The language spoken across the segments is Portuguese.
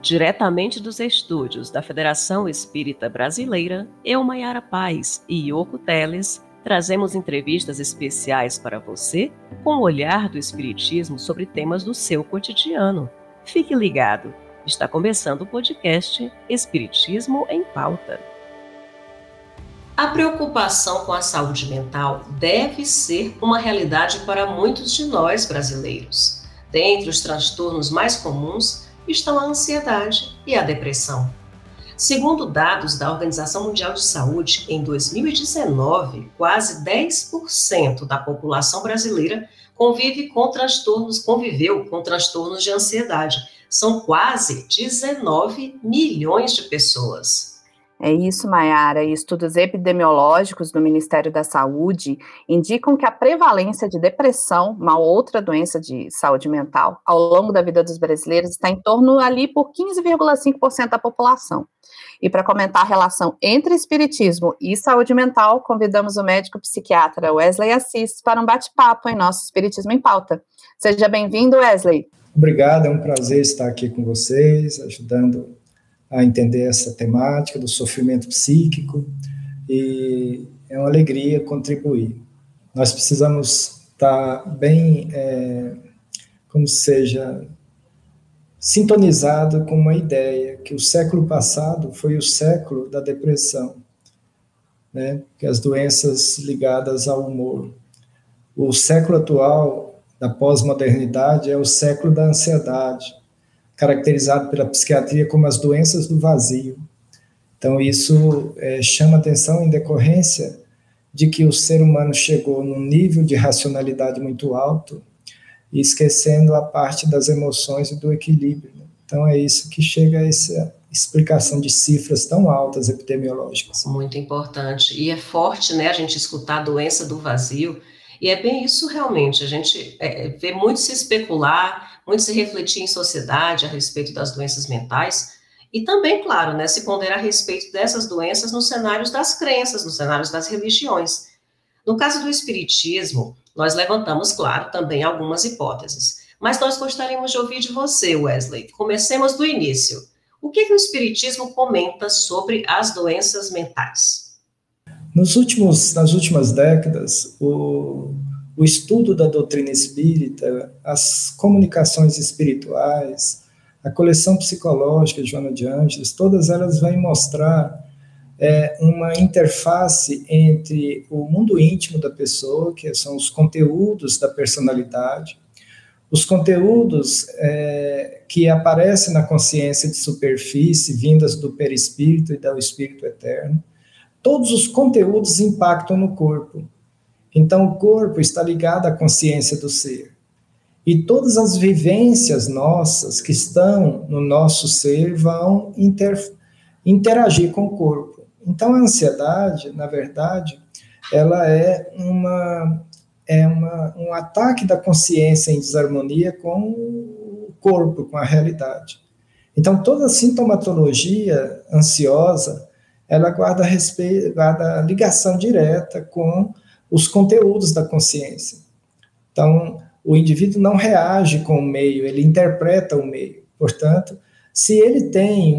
Diretamente dos estúdios da Federação Espírita Brasileira, eu, Maiara Paz e Yoko Teles, trazemos entrevistas especiais para você com o olhar do Espiritismo sobre temas do seu cotidiano. Fique ligado, está começando o podcast Espiritismo em Pauta. A preocupação com a saúde mental deve ser uma realidade para muitos de nós brasileiros. Dentre os transtornos mais comuns estão a ansiedade e a depressão. Segundo dados da Organização Mundial de Saúde, em 2019, quase 10% da população brasileira conviveu com transtornos de ansiedade. São quase 19 milhões de pessoas. É isso, Maiara, e estudos epidemiológicos do Ministério da Saúde indicam que a prevalência de depressão, uma outra doença de saúde mental, ao longo da vida dos brasileiros está em torno ali por 15,5% da população. E para comentar a relação entre espiritismo e saúde mental, convidamos o médico psiquiatra Wesley Assis para um bate-papo em nosso Espiritismo em Pauta. Seja bem-vindo, Wesley. Obrigado, é um prazer estar aqui com vocês, ajudando a entender essa temática do sofrimento psíquico, e é uma alegria contribuir. Nós precisamos estar bem, sintonizado com uma ideia que o século passado foi o século da depressão, né? Que as doenças ligadas ao humor. O século atual da pós-modernidade é o século da ansiedade, caracterizado pela psiquiatria como as doenças do vazio. Então, isso chama atenção em decorrência de que o ser humano chegou num nível de racionalidade muito alto e esquecendo a parte das emoções e do equilíbrio. Então, é isso que chega a essa explicação de cifras tão altas epidemiológicas. Muito importante. E é forte, né, a gente escutar a doença do vazio. E é bem isso realmente, a gente vê muito se especular, muito se refletir em sociedade a respeito das doenças mentais, e também, claro, né, se ponderar a respeito dessas doenças nos cenários das crenças, nos cenários das religiões. No caso do espiritismo, nós levantamos, claro, também algumas hipóteses, mas nós gostaríamos de ouvir de você, Wesley. Comecemos do início. O que o espiritismo comenta sobre as doenças mentais? Nas últimas décadas, o estudo da doutrina espírita, as comunicações espirituais, a coleção psicológica de Joana de Ângeles, todas elas vêm mostrar uma interface entre o mundo íntimo da pessoa, que são os conteúdos da personalidade, os conteúdos que aparecem na consciência de superfície, vindas do perispírito e do espírito eterno. Todos os conteúdos impactam no corpo. Então, o corpo está ligado à consciência do ser. E todas as vivências nossas que estão no nosso ser vão interagir com o corpo. Então, a ansiedade, na verdade, ela é um ataque da consciência em desarmonia com o corpo, com a realidade. Então, toda a sintomatologia ansiosa ela guarda ligação direta com os conteúdos da consciência. Então, o indivíduo não reage com o meio, ele interpreta o meio. Portanto, se ele tem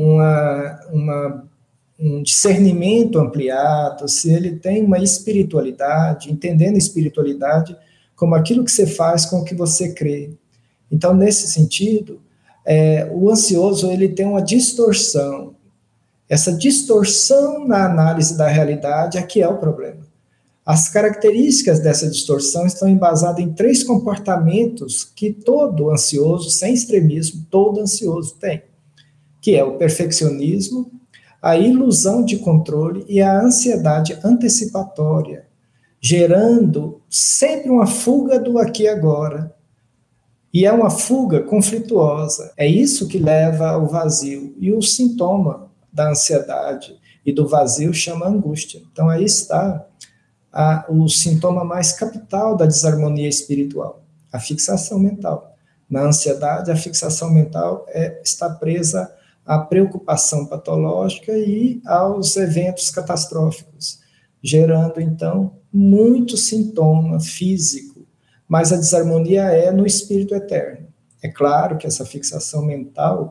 um discernimento ampliado, se ele tem uma espiritualidade, entendendo a espiritualidade como aquilo que você faz com o que você crê. Então, nesse sentido, o ansioso ele tem uma distorção. Essa distorção na análise da realidade é que é o problema. As características dessa distorção estão embasadas em 3 comportamentos que todo ansioso, sem extremismo, todo ansioso tem, que é o perfeccionismo, a ilusão de controle e a ansiedade antecipatória, gerando sempre uma fuga do aqui e agora. E é uma fuga conflituosa. É isso que leva ao vazio. E o sintoma da ansiedade e do vazio chama angústia. Então, aí está o sintoma mais capital da desarmonia espiritual, a fixação mental. Na ansiedade, a fixação mental está presa à preocupação patológica e aos eventos catastróficos, gerando, então, muito sintoma físico, mas a desarmonia é no espírito eterno. É claro que essa fixação mental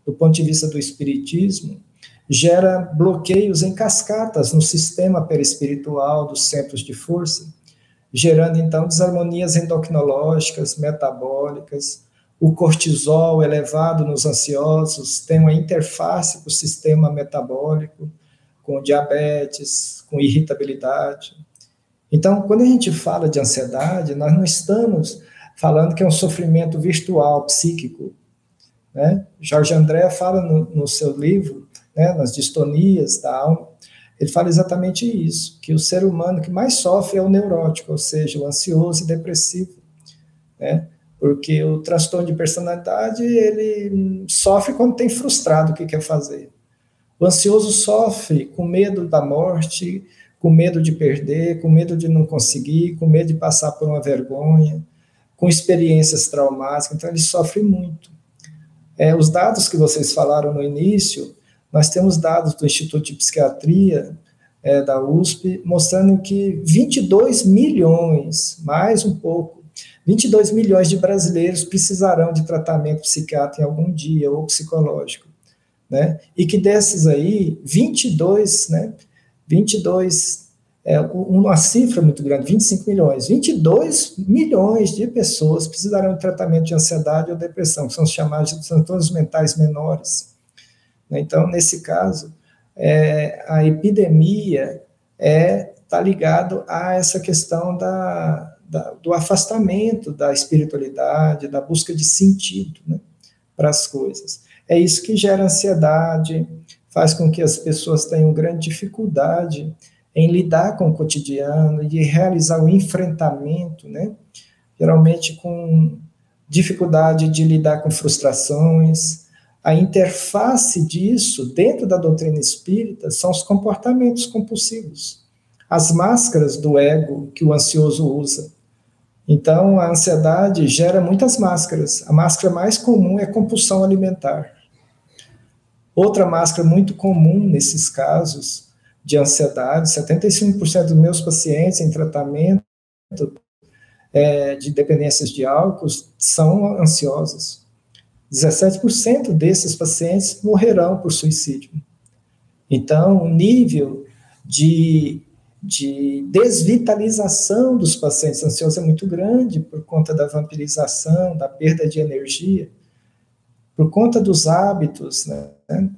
do ponto de vista do espiritismo, gera bloqueios em cascatas no sistema perispiritual dos centros de força, gerando, então, desarmonias endocrinológicas, metabólicas. O cortisol elevado nos ansiosos tem uma interface com o sistema metabólico, com diabetes, com irritabilidade. Então, quando a gente fala de ansiedade, nós não estamos falando que é um sofrimento virtual, psíquico, né? Jorge André fala no seu livro, né, nas distonias da alma, ele fala exatamente isso, que o ser humano que mais sofre é o neurótico, ou seja, o ansioso e depressivo, né? Porque o transtorno de personalidade, ele sofre quando tem frustrado o que quer fazer. O ansioso sofre com medo da morte, com medo de perder, com medo de não conseguir, com medo de passar por uma vergonha, com experiências traumáticas, então ele sofre muito. Os dados que vocês falaram no início, nós temos dados do Instituto de Psiquiatria da USP, mostrando que 22 milhões, mais um pouco, 22 milhões de brasileiros precisarão de tratamento psiquiátrico em algum dia, ou psicológico, né? E que desses aí, 22, né? 22, uma cifra muito grande, 25 milhões, 22 milhões de pessoas precisarão de tratamento de ansiedade ou depressão, que são os chamados de transtornos mentais menores. Então, nesse caso, a epidemia está ligado a essa questão do afastamento da espiritualidade, da busca de sentido, né, para as coisas. É isso que gera ansiedade, faz com que as pessoas tenham grande dificuldade em lidar com o cotidiano e realizar o enfrentamento, né, geralmente com dificuldade de lidar com frustrações. A interface disso, dentro da doutrina espírita, são os comportamentos compulsivos, as máscaras do ego que o ansioso usa. Então, a ansiedade gera muitas máscaras. A máscara mais comum é a compulsão alimentar. Outra máscara muito comum nesses casos de ansiedade, 75% dos meus pacientes em tratamento de dependências de álcool são ansiosos. 17% desses pacientes morrerão por suicídio. Então, o nível de desvitalização dos pacientes ansiosos é muito grande por conta da vampirização, da perda de energia, por conta dos hábitos, né?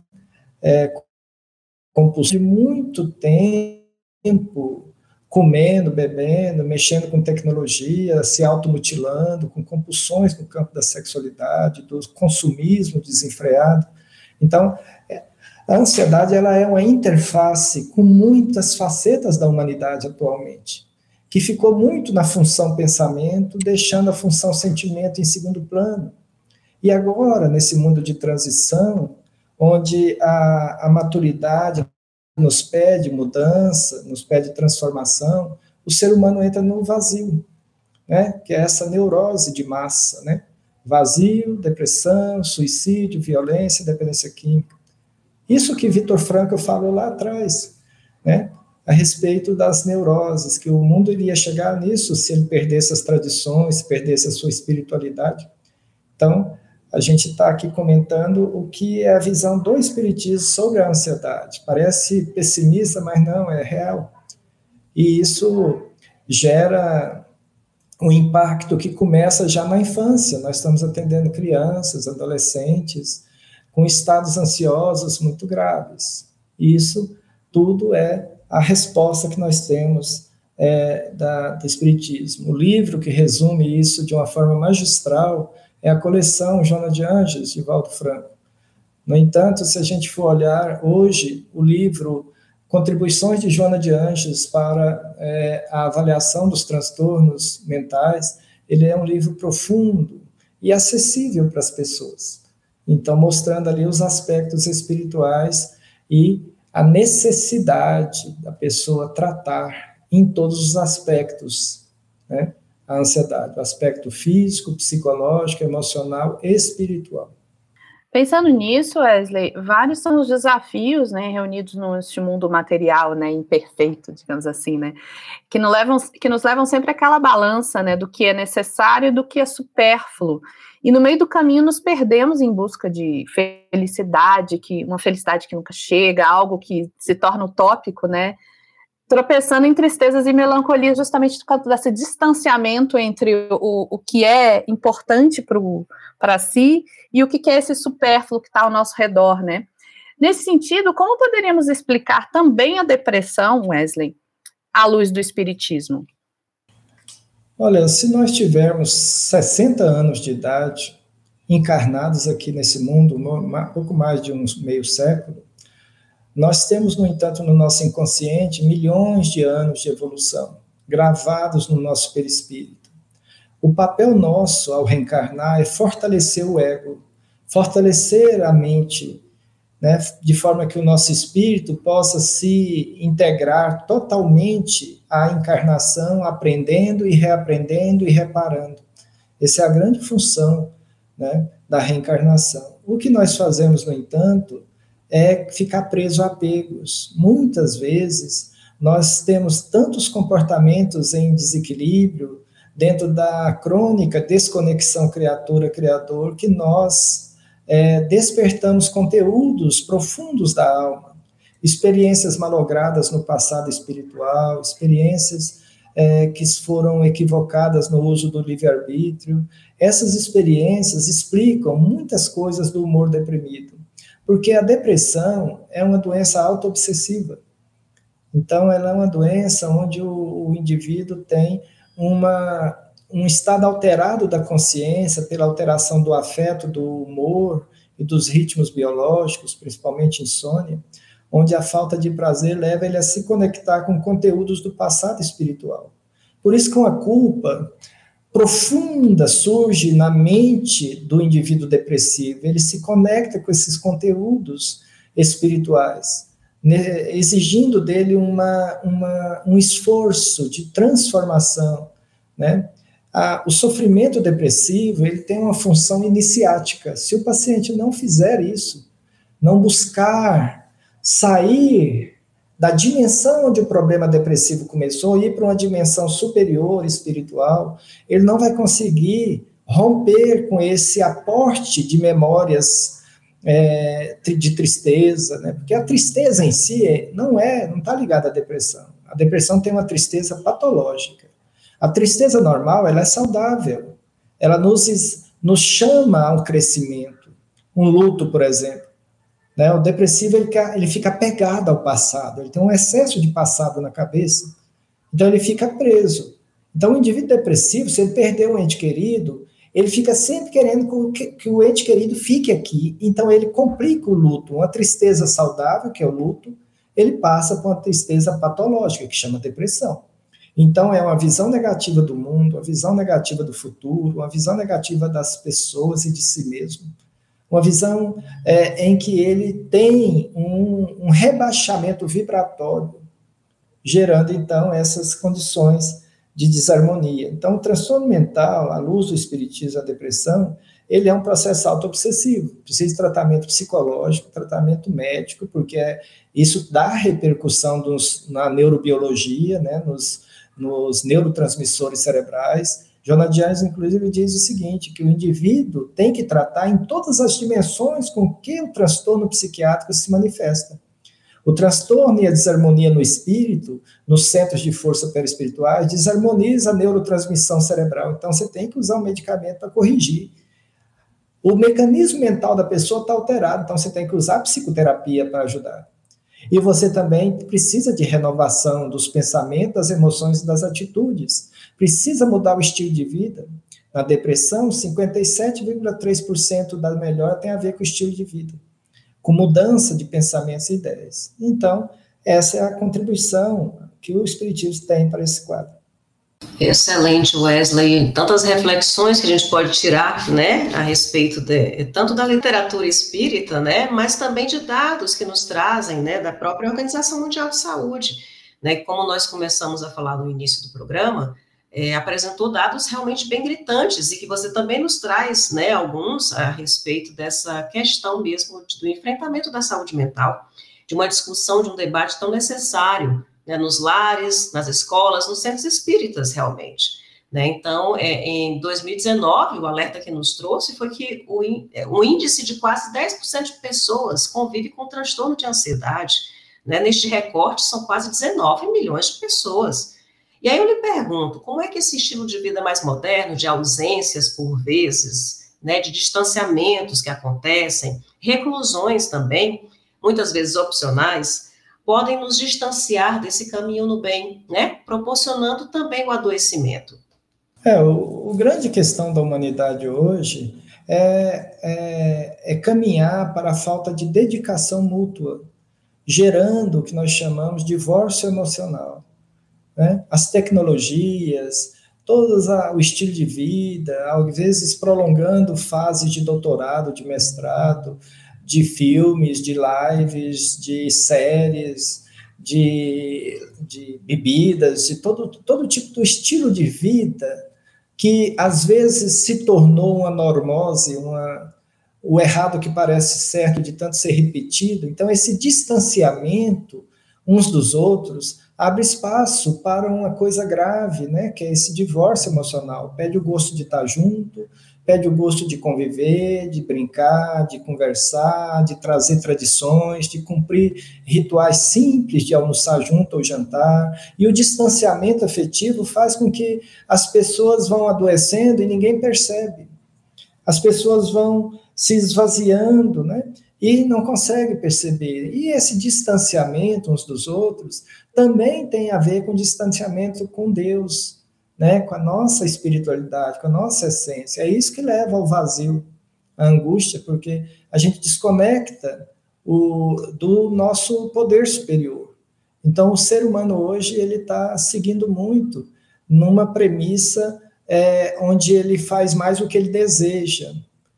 Compulsão de muito tempo, comendo, bebendo, mexendo com tecnologia, se automutilando, com compulsões no campo da sexualidade, do consumismo desenfreado. Então, a ansiedade ela é uma interface com muitas facetas da humanidade atualmente, que ficou muito na função pensamento, deixando a função sentimento em segundo plano. E agora, nesse mundo de transição, onde a maturidade nos pede mudança, nos pede transformação, o ser humano entra no vazio, né? Que é essa neurose de massa, né? Vazio, depressão, suicídio, violência, dependência química. Isso que Viktor Frankl falou lá atrás, né? A respeito das neuroses, que o mundo iria chegar nisso se ele perdesse as tradições, se perdesse a sua espiritualidade. Então, a gente está aqui comentando o que é a visão do espiritismo sobre a ansiedade. Parece pessimista, mas não, é real. E isso gera um impacto que começa já na infância. Nós estamos atendendo crianças, adolescentes, com estados ansiosos muito graves. E isso tudo é a resposta que nós temos do espiritismo. O livro que resume isso de uma forma magistral é a coleção Joana de Ângeles, de Valdo Franco. No entanto, se a gente for olhar hoje o livro Contribuições de Joana de Ângeles para a avaliação dos transtornos mentais, ele é um livro profundo e acessível para as pessoas. Então, mostrando ali os aspectos espirituais e a necessidade da pessoa tratar em todos os aspectos, né? A ansiedade, o aspecto físico, psicológico, emocional e espiritual. Pensando nisso, Wesley, vários são os desafios, né, reunidos neste mundo material, né, imperfeito, digamos assim, né, que nos levam sempre àquela balança, né, do que é necessário e do que é supérfluo. E no meio do caminho nos perdemos em busca de felicidade, uma felicidade que nunca chega, algo que se torna utópico, né, tropeçando em tristezas e melancolias justamente por causa desse distanciamento entre o que é importante para si e o que é esse supérfluo que está ao nosso redor, né? Nesse sentido, como poderíamos explicar também a depressão, Wesley, à luz do espiritismo? Olha, se nós tivermos 60 anos de idade, encarnados aqui nesse mundo, pouco mais de um meio século, nós temos, no entanto, no nosso inconsciente, milhões de anos de evolução, gravados no nosso perispírito. O papel nosso, ao reencarnar, é fortalecer o ego, fortalecer a mente, né, de forma que o nosso espírito possa se integrar totalmente à encarnação, aprendendo e reaprendendo e reparando. Essa é a grande função, né, da reencarnação. O que nós fazemos, no entanto, é ficar preso a apegos. Muitas vezes, nós temos tantos comportamentos em desequilíbrio, dentro da crônica desconexão criatura-criador, que nós despertamos conteúdos profundos da alma, experiências malogradas no passado espiritual, experiências que foram equivocadas no uso do livre-arbítrio. Essas experiências explicam muitas coisas do humor deprimido, porque a depressão é uma doença autoobsessiva. Então, ela é uma doença onde o indivíduo tem um estado alterado da consciência pela alteração do afeto, do humor e dos ritmos biológicos, principalmente insônia, onde a falta de prazer leva ele a se conectar com conteúdos do passado espiritual. Por isso que uma culpa profunda surge na mente do indivíduo depressivo, ele se conecta com esses conteúdos espirituais, né, exigindo dele um esforço de transformação, né? O sofrimento depressivo, ele tem uma função iniciática. Se o paciente não fizer isso, não buscar sair da dimensão onde o problema depressivo começou, ir para uma dimensão superior, espiritual, ele não vai conseguir romper com esse aporte de memórias de tristeza, né? Porque a tristeza em si não está ligada à depressão. A depressão tem uma tristeza patológica. A tristeza normal, ela é saudável. Ela nos chama a um crescimento. Um luto, por exemplo. Né? O depressivo, ele fica apegado ao passado. Ele tem um excesso de passado na cabeça. Então, ele fica preso. Então, o indivíduo depressivo, se ele perdeu um ente querido, ele fica sempre querendo que o ente querido fique aqui. Então, ele complica o luto. Uma tristeza saudável, que é o luto, ele passa por uma tristeza patológica, que chama depressão. Então, é uma visão negativa do mundo, uma visão negativa do futuro, uma visão negativa das pessoas e de si mesmo. Uma visão em que ele tem um rebaixamento vibratório, gerando, então, essas condições de desarmonia. Então, o transtorno mental, à luz do espiritismo, a depressão, ele é um processo autoobsessivo, precisa de tratamento psicológico, tratamento médico, porque isso dá repercussão na neurobiologia, né, nos neurotransmissores cerebrais. Jonah James, inclusive, diz o seguinte, que o indivíduo tem que tratar em todas as dimensões com que o transtorno psiquiátrico se manifesta. O transtorno e a desarmonia no espírito, nos centros de força perispirituais, desarmoniza a neurotransmissão cerebral. Então, você tem que usar um medicamento para corrigir. O mecanismo mental da pessoa está alterado, então você tem que usar a psicoterapia para ajudar. E você também precisa de renovação dos pensamentos, das emoções e das atitudes. Precisa mudar o estilo de vida. Na depressão, 57,3% da melhora tem a ver com o estilo de vida, com mudança de pensamentos e ideias. Então, essa é a contribuição que o Espiritismo tem para esse quadro. Excelente, Wesley. Tantas reflexões que a gente pode tirar, né, a respeito tanto da literatura espírita, né, mas também de dados que nos trazem, né, da própria Organização Mundial de Saúde, né, como nós começamos a falar no início do programa, apresentou dados realmente bem gritantes, e que você também nos traz, né, alguns a respeito dessa questão mesmo do enfrentamento da saúde mental, de uma discussão, de um debate tão necessário, né, nos lares, nas escolas, nos centros espíritas, realmente. Né? Então, em 2019, o alerta que nos trouxe foi que o índice de quase 10% de pessoas convive com transtorno de ansiedade. Né? Neste recorte, são quase 19 milhões de pessoas. E aí eu lhe pergunto, como é que esse estilo de vida mais moderno, de ausências por vezes, né, de distanciamentos que acontecem, reclusões também, muitas vezes opcionais, podem nos distanciar desse caminho no bem, né, proporcionando também o adoecimento? O grande questão da humanidade hoje é caminhar para a falta de dedicação mútua, gerando o que nós chamamos de divórcio emocional. Né? As tecnologias, todo o estilo de vida, às vezes prolongando fases de doutorado, de mestrado, de filmes, de lives, de séries, de bebidas, de todo tipo de estilo de vida que às vezes se tornou uma normose, o errado que parece certo de tanto ser repetido. Então, esse distanciamento uns dos outros abre espaço para uma coisa grave, né, que é esse divórcio emocional. Perde o gosto de estar junto, perde o gosto de conviver, de brincar, de conversar, de trazer tradições, de cumprir rituais simples de almoçar junto ou jantar. E o distanciamento afetivo faz com que as pessoas vão adoecendo e ninguém percebe. As pessoas vão se esvaziando, né? E não consegue perceber. E esse distanciamento uns dos outros também tem a ver com distanciamento com Deus, né? Com a nossa espiritualidade, com a nossa essência. É isso que leva ao vazio, à angústia, porque a gente desconecta do nosso poder superior. Então, o ser humano hoje ele está seguindo muito numa premissa onde ele faz mais o que ele deseja.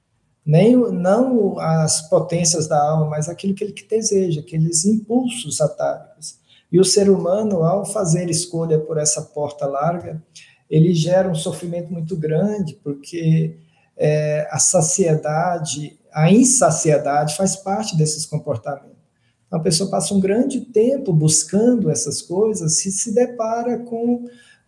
Não as potências da alma, mas aquilo que ele deseja, aqueles impulsos atávicos. E o ser humano, ao fazer escolha por essa porta larga, ele gera um sofrimento muito grande, porque a saciedade, a insaciedade faz parte desses comportamentos. Então, a pessoa passa um grande tempo buscando essas coisas e se depara com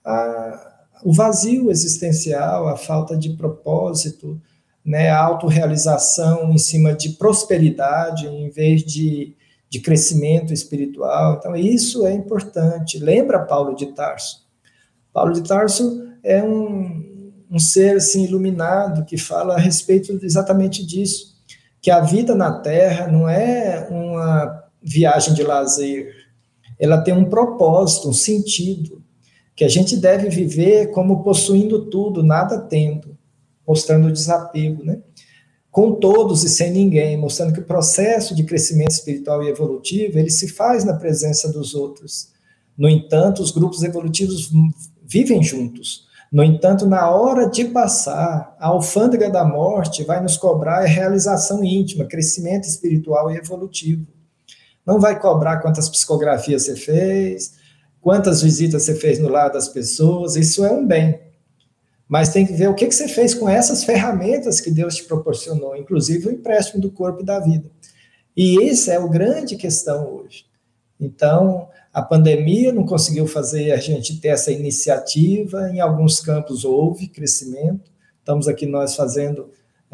o vazio existencial, a falta de propósito, né, a autorrealização em cima de prosperidade, em vez de crescimento espiritual. Então, isso é importante. Lembra Paulo de Tarso? Paulo de Tarso é um ser assim, iluminado, que fala a respeito exatamente disso, que a vida na Terra não é uma viagem de lazer, ela tem um propósito, um sentido, que a gente deve viver como possuindo tudo, nada tendo, mostrando o desapego, né? Com todos e sem ninguém, mostrando que o processo de crescimento espiritual e evolutivo, ele se faz na presença dos outros. No entanto, os grupos evolutivos vivem juntos. No entanto, na hora de passar, a alfândega da morte vai nos cobrar a realização íntima, crescimento espiritual e evolutivo. Não vai cobrar quantas psicografias você fez, quantas visitas você fez no lar das pessoas, isso é um bem. Mas tem que ver o que você fez com essas ferramentas que Deus te proporcionou, inclusive o empréstimo do corpo e da vida. E essa é a grande questão hoje. Então, a pandemia não conseguiu fazer a gente ter essa iniciativa, em alguns campos houve crescimento, estamos aqui nós fazendo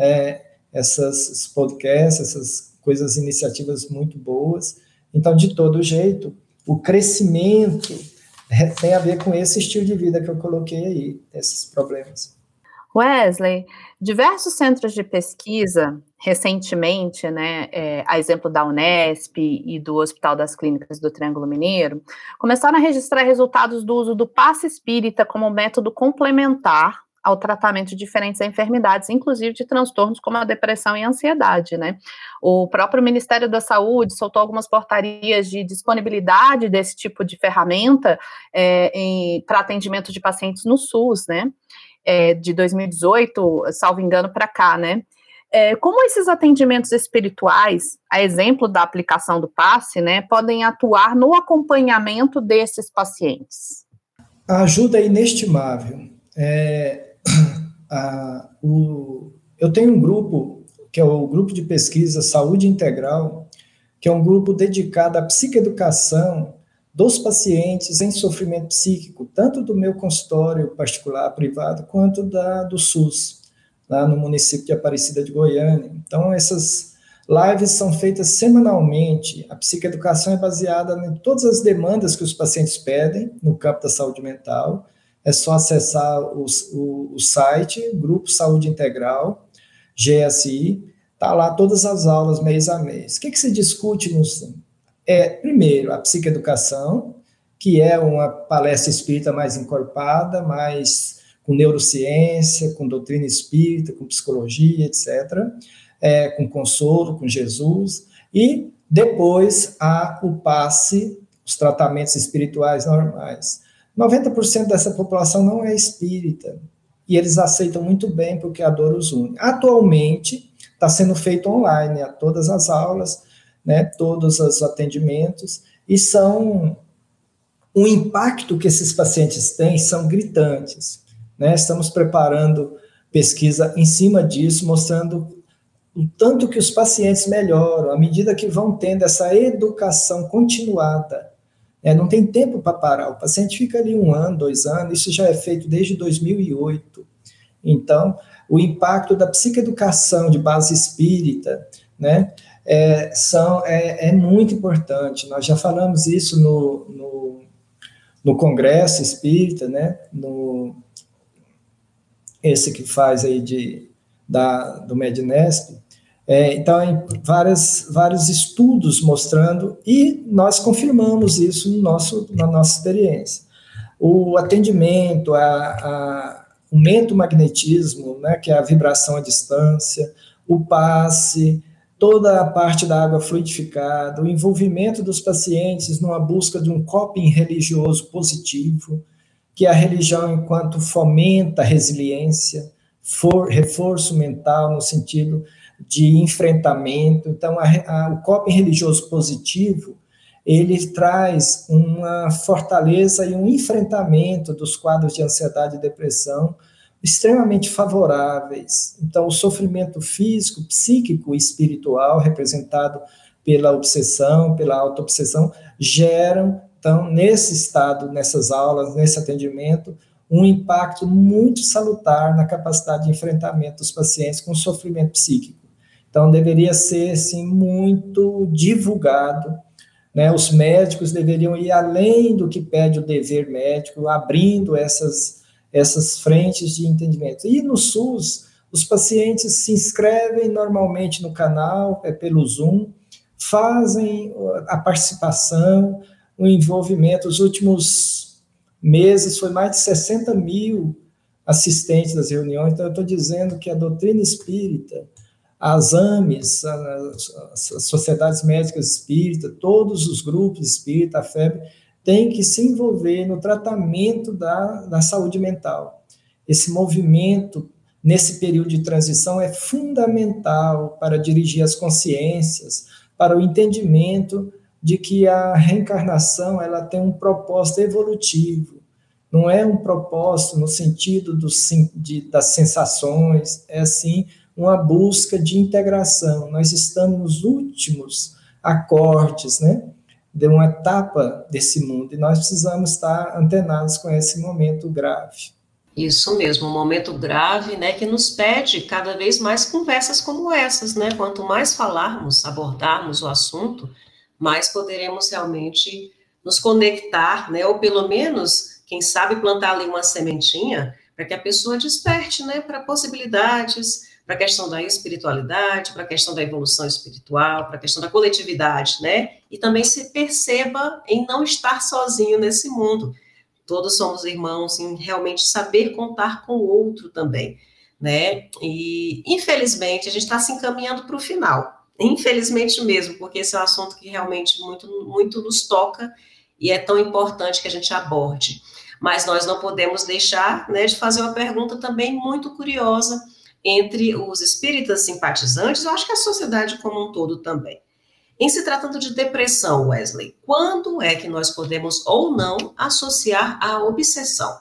essas podcasts, essas coisas, iniciativas muito boas. Então, de todo jeito, o crescimento tem a ver com esse estilo de vida que eu coloquei aí, esses problemas. Wesley, diversos centros de pesquisa, recentemente, né, a exemplo da Unesp e do Hospital das Clínicas do Triângulo Mineiro, começaram a registrar resultados do uso do passe espírita como método complementar ao tratamento de diferentes enfermidades, inclusive de transtornos como a depressão e a ansiedade, né? O próprio Ministério da Saúde soltou algumas portarias de disponibilidade desse tipo de ferramenta para atendimento de pacientes no SUS, né? De 2018, salvo engano, para cá, né? Como esses atendimentos espirituais, a exemplo da aplicação do passe, né, podem atuar no acompanhamento desses pacientes? A ajuda é inestimável. Eu tenho um grupo, que é o Grupo de Pesquisa Saúde Integral, que é um grupo dedicado à psicoeducação dos pacientes em sofrimento psíquico, tanto do meu consultório particular, privado, quanto do SUS, lá no município de Aparecida de Goiânia. Então, essas lives são feitas semanalmente. A psicoeducação é baseada em todas as demandas que os pacientes pedem no campo da saúde mental. É só acessar o site, Grupo Saúde Integral, GSI, está lá todas as aulas mês a mês. O que se discute primeiro, a psicoeducação, que é uma palestra espírita mais encorpada, mais com neurociência, com doutrina espírita, com psicologia, etc., com consolo, com Jesus, e depois o passe, os tratamentos espirituais normais. 90% dessa população não é espírita, e eles aceitam muito bem porque a dor os une. Atualmente, está sendo feito online, todas as aulas, né, todos os atendimentos, e o impacto que esses pacientes têm são gritantes, né? Estamos preparando pesquisa em cima disso, mostrando o tanto que os pacientes melhoram, à medida que vão tendo essa educação continuada. Não tem tempo para parar, o paciente fica ali 1 ano, 2 anos, isso já é feito desde 2008. Então, o impacto da psicoeducação de base espírita, né, é muito importante. Nós já falamos isso no Congresso Espírita, né, esse que faz aí do Mednesp. Então, vários estudos mostrando, e nós confirmamos isso na nossa experiência. O atendimento, o mentomagnetismo, né, que é a vibração à distância, o passe, toda a parte da água fluidificada, o envolvimento dos pacientes numa busca de um coping religioso positivo, que a religião, enquanto fomenta a resiliência, reforço mental no sentido de enfrentamento. Então, o coping religioso positivo, ele traz uma fortaleza e um enfrentamento dos quadros de ansiedade e depressão extremamente favoráveis. Então, o sofrimento físico, psíquico e espiritual, representado pela obsessão, pela autoobsessão, geram, então, nesse estado, nessas aulas, nesse atendimento, um impacto muito salutar na capacidade de enfrentamento dos pacientes com sofrimento psíquico. Então, deveria ser, assim, muito divulgado, né? Os médicos deveriam ir além do que pede o dever médico, abrindo essas frentes de entendimento. E no SUS, os pacientes se inscrevem normalmente no canal, pelo Zoom, fazem a participação, o envolvimento. Os últimos meses foi mais de 60 mil assistentes das reuniões. Então, eu estou dizendo que a doutrina espírita, as AMES, as sociedades médicas espíritas, todos os grupos espíritas, a FEB, têm que se envolver no tratamento da saúde mental. Esse movimento, nesse período de transição, é fundamental para dirigir as consciências, para o entendimento de que a reencarnação ela tem um propósito evolutivo. Não é um propósito no sentido das sensações, é sim uma busca de integração. Nós estamos nos últimos acordes, né, de uma etapa desse mundo, e nós precisamos estar antenados com esse momento grave. Isso mesmo, um momento grave, né, que nos pede cada vez mais conversas como essas, né? Quanto mais falarmos, abordarmos o assunto, mais poderemos realmente nos conectar, né, ou pelo menos, quem sabe, plantar ali uma sementinha para que a pessoa desperte, né, para possibilidades, para a questão da espiritualidade, para a questão da evolução espiritual, para a questão da coletividade, né? E também se perceba em não estar sozinho nesse mundo. Todos somos irmãos, em realmente saber contar com o outro também, né? E, infelizmente, a gente está se encaminhando para o final. Infelizmente mesmo, porque esse é um assunto que realmente muito, muito nos toca e é tão importante que a gente aborde. Mas nós não podemos deixar, né, de fazer uma pergunta também muito curiosa entre os espíritas simpatizantes, eu acho que a sociedade como um todo também. Em se tratando de depressão, Wesley, quando é que nós podemos ou não associar a obsessão?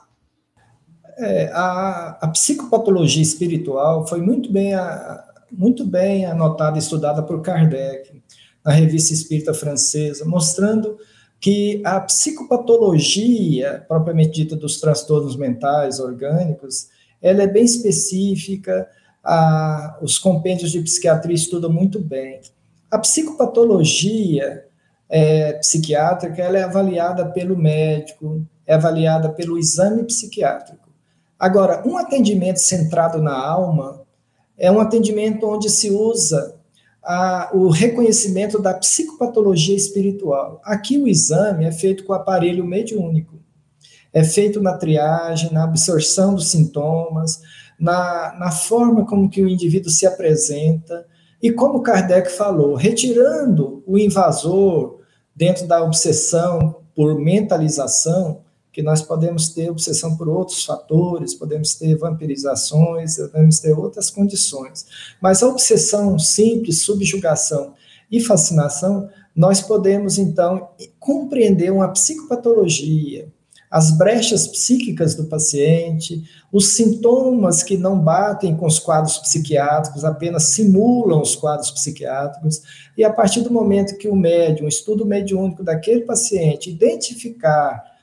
A psicopatologia espiritual foi muito bem anotada e estudada por Kardec, na Revista Espírita Francesa, mostrando que a psicopatologia, propriamente dita dos transtornos mentais orgânicos, ela é bem específica, os compêndios de psiquiatria estudam muito bem. A psicopatologia psiquiátrica, ela é avaliada pelo médico, é avaliada pelo exame psiquiátrico. Agora, um atendimento centrado na alma é um atendimento onde se usa o reconhecimento da psicopatologia espiritual. Aqui o exame é feito com o aparelho mediúnico, é feito na triagem, na absorção dos sintomas, na forma como que o indivíduo se apresenta, e como Kardec falou, retirando o invasor dentro da obsessão por mentalização, que nós podemos ter obsessão por outros fatores, podemos ter vampirizações, podemos ter outras condições. Mas a obsessão simples, subjugação e fascinação, nós podemos, então, compreender uma psicopatologia, as brechas psíquicas do paciente, os sintomas que não batem com os quadros psiquiátricos, apenas simulam os quadros psiquiátricos, e a partir do momento que o médium, o estudo mediúnico daquele paciente, identificar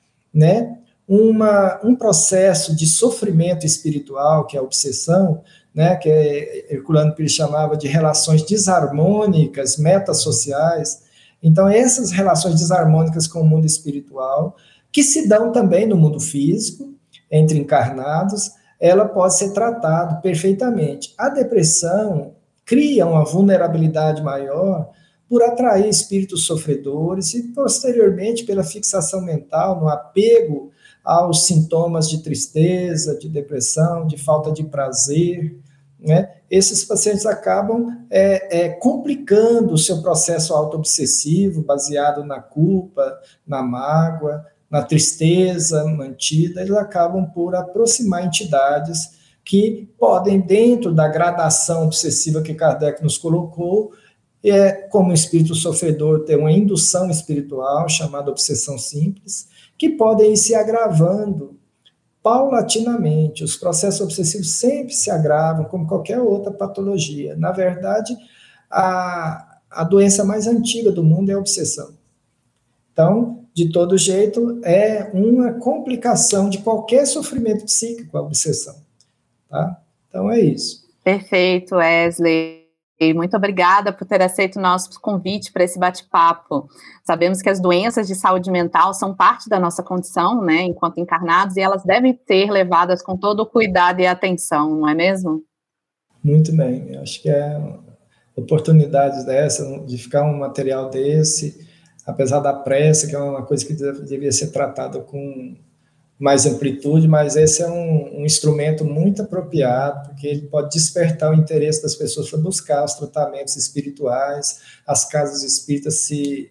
um processo de sofrimento espiritual, que é a obsessão, que Herculano Pires chamava de relações desarmônicas, metassociais. Então, essas relações desarmônicas com o mundo espiritual, que se dão também no mundo físico, entre encarnados, ela pode ser tratada perfeitamente. A depressão cria uma vulnerabilidade maior por atrair espíritos sofredores e, posteriormente, pela fixação mental, no apego aos sintomas de tristeza, de depressão, de falta de prazer, Esses pacientes acabam complicando o seu processo auto-obsessivo, baseado na culpa, na mágoa, na tristeza mantida. Eles acabam por aproximar entidades que podem, dentro da gradação obsessiva que Kardec nos colocou, como o espírito sofredor tem uma indução espiritual, chamada obsessão simples, que podem ir se agravando paulatinamente. Os processos obsessivos sempre se agravam, como qualquer outra patologia. Na verdade, a doença mais antiga do mundo é a obsessão. Então, de todo jeito, é uma complicação de qualquer sofrimento psíquico a obsessão. Tá? Então, é isso. Perfeito, Wesley. Muito obrigada por ter aceito o nosso convite para esse bate-papo. Sabemos que as doenças de saúde mental são parte da nossa condição, enquanto encarnados, e elas devem ser levadas com todo o cuidado e atenção, não é mesmo? Muito bem. Eu acho que oportunidades dessa, de ficar um material desse, apesar da pressa, que é uma coisa que devia ser tratada com mais amplitude, mas esse é um instrumento muito apropriado, porque ele pode despertar o interesse das pessoas para buscar os tratamentos espirituais, as casas espíritas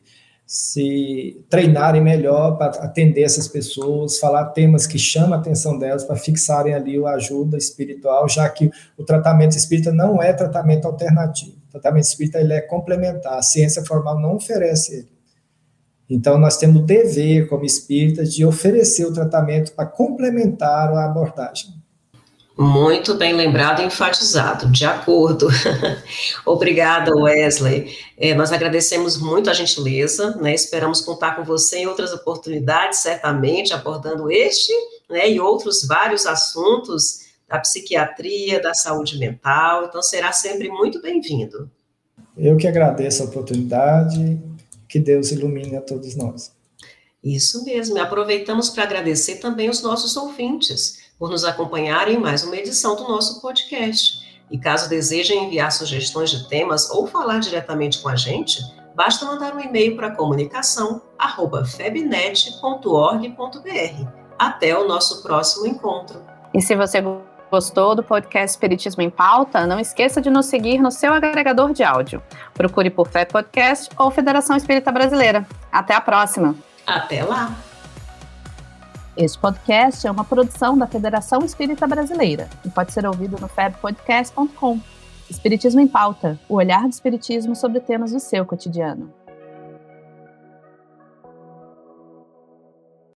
se treinarem melhor para atender essas pessoas, falar temas que chamam a atenção delas para fixarem ali a ajuda espiritual, já que o tratamento espírita não é tratamento alternativo. O tratamento espírita ele é complementar, a ciência formal não oferece ele. Então, nós temos o dever, como espíritas, de oferecer o tratamento para complementar a abordagem. Muito bem lembrado e enfatizado, de acordo. Obrigada, Wesley. Nós agradecemos muito a gentileza, esperamos contar com você em outras oportunidades, certamente, abordando este e outros vários assuntos da psiquiatria, da saúde mental, então será sempre muito bem-vindo. Eu que agradeço a oportunidade. Que Deus ilumine a todos nós. Isso mesmo, e aproveitamos para agradecer também os nossos ouvintes por nos acompanharem em mais uma edição do nosso podcast. E caso desejem enviar sugestões de temas ou falar diretamente com a gente, basta mandar um e-mail para comunicação@febnet.org.br. Até o nosso próximo encontro. E se você gostou do podcast Espiritismo em Pauta, não esqueça de nos seguir no seu agregador de áudio. Procure por FEB Podcast ou Federação Espírita Brasileira. Até a próxima. Até lá. Este podcast é uma produção da Federação Espírita Brasileira e pode ser ouvido no febpodcast.com. Espiritismo em Pauta, o olhar do espiritismo sobre temas do seu cotidiano.